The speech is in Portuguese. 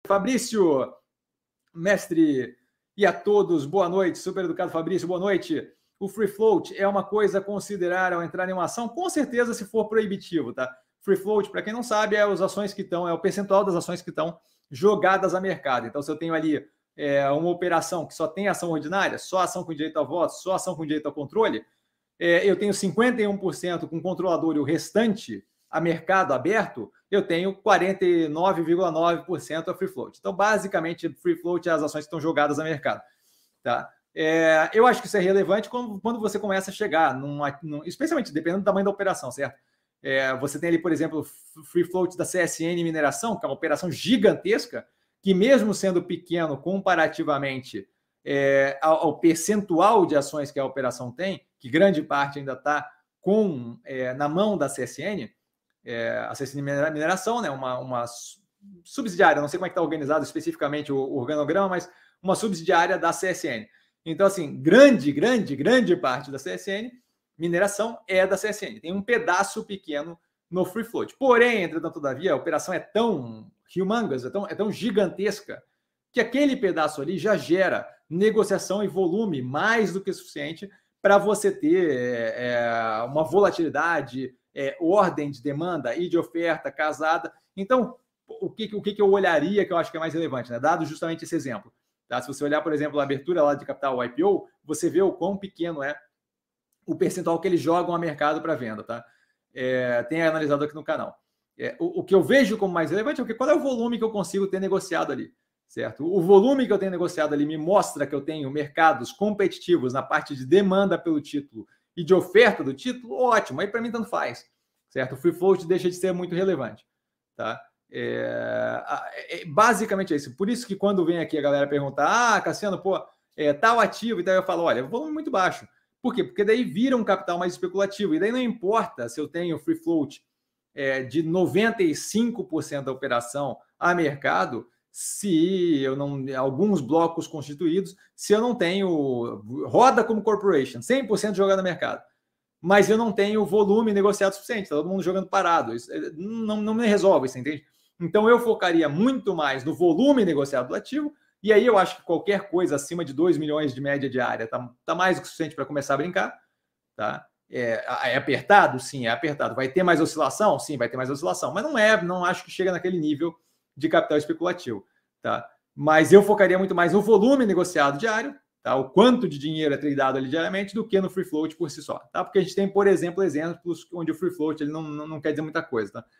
Fabrício, mestre, e a todos, boa noite. Super educado Fabrício, boa noite. O free float é uma coisa a considerar ao entrar em uma ação? Com certeza, se for proibitivo, tá? Free float, para quem não sabe, é as ações que estão, é o percentual das ações que estão jogadas a mercado. Então, se eu tenho ali uma operação que só tem ação ordinária, só ação com direito a voto, só ação com direito ao controle, eu tenho 51% com controlador e o restante a mercado aberto, eu tenho 49,9% a free float. Então, basicamente, free float é as ações que estão jogadas a mercado. Tá? Eu acho que isso é relevante quando você começa a chegar, especialmente dependendo do tamanho da operação, certo? Você tem ali, por exemplo, free float da CSN Mineração, que é uma operação gigantesca, que mesmo sendo pequeno comparativamente ao percentual de ações que a operação tem, que grande parte ainda está na mão da CSN, a CSN Mineração, né, uma subsidiária, não sei como é que está organizado especificamente o organograma, mas uma subsidiária da CSN. Então, assim, grande parte da CSN Mineração é da CSN. Tem um pedaço pequeno no free float. Porém, entretanto, todavia, a operação é tão humongous, é tão gigantesca, que aquele pedaço ali já gera negociação e volume mais do que suficiente para você ter uma volatilidade, ordem de demanda e de oferta casada. Então, o que eu olharia que eu acho que é mais relevante, né? Dado justamente esse exemplo. Tá? Se você olhar, por exemplo, a abertura lá de capital, o IPO, você vê o quão pequeno é o percentual que eles jogam a mercado para venda. Tá? Tem analisado aqui no canal. O que eu vejo como mais relevante é qual é o volume que eu consigo ter negociado ali. Certo? O volume que eu tenho negociado ali me mostra que eu tenho mercados competitivos na parte de demanda pelo título e de oferta do título, ótimo, aí para mim tanto faz. Certo? O free float deixa de ser muito relevante. Tá? Basicamente é isso. Por isso que quando vem aqui a galera perguntar, Cassiano, tal ativo e tal, eu falo, olha, volume muito baixo. Por quê? Porque daí vira um capital mais especulativo. E daí não importa se eu tenho free float de 95% da operação a mercado, se eu não, alguns blocos constituídos, se eu não tenho roda como corporation, 100% jogado no mercado, mas eu não tenho volume negociado suficiente, tá todo mundo jogando parado, isso não me resolve, você entende? Então eu focaria muito mais no volume negociado do ativo, e aí eu acho que qualquer coisa acima de 2 milhões de média diária tá mais do que suficiente para começar a brincar, tá? É apertado? Sim, é apertado. Vai ter mais oscilação? Sim, vai ter mais oscilação, mas não acho que chega naquele nível de capital especulativo, tá? Mas eu focaria muito mais no volume negociado diário, tá? O quanto de dinheiro é tradeado ali diariamente, do que no free float por si só, tá? Porque a gente tem, por exemplo, exemplos onde o free float ele não quer dizer muita coisa, tá?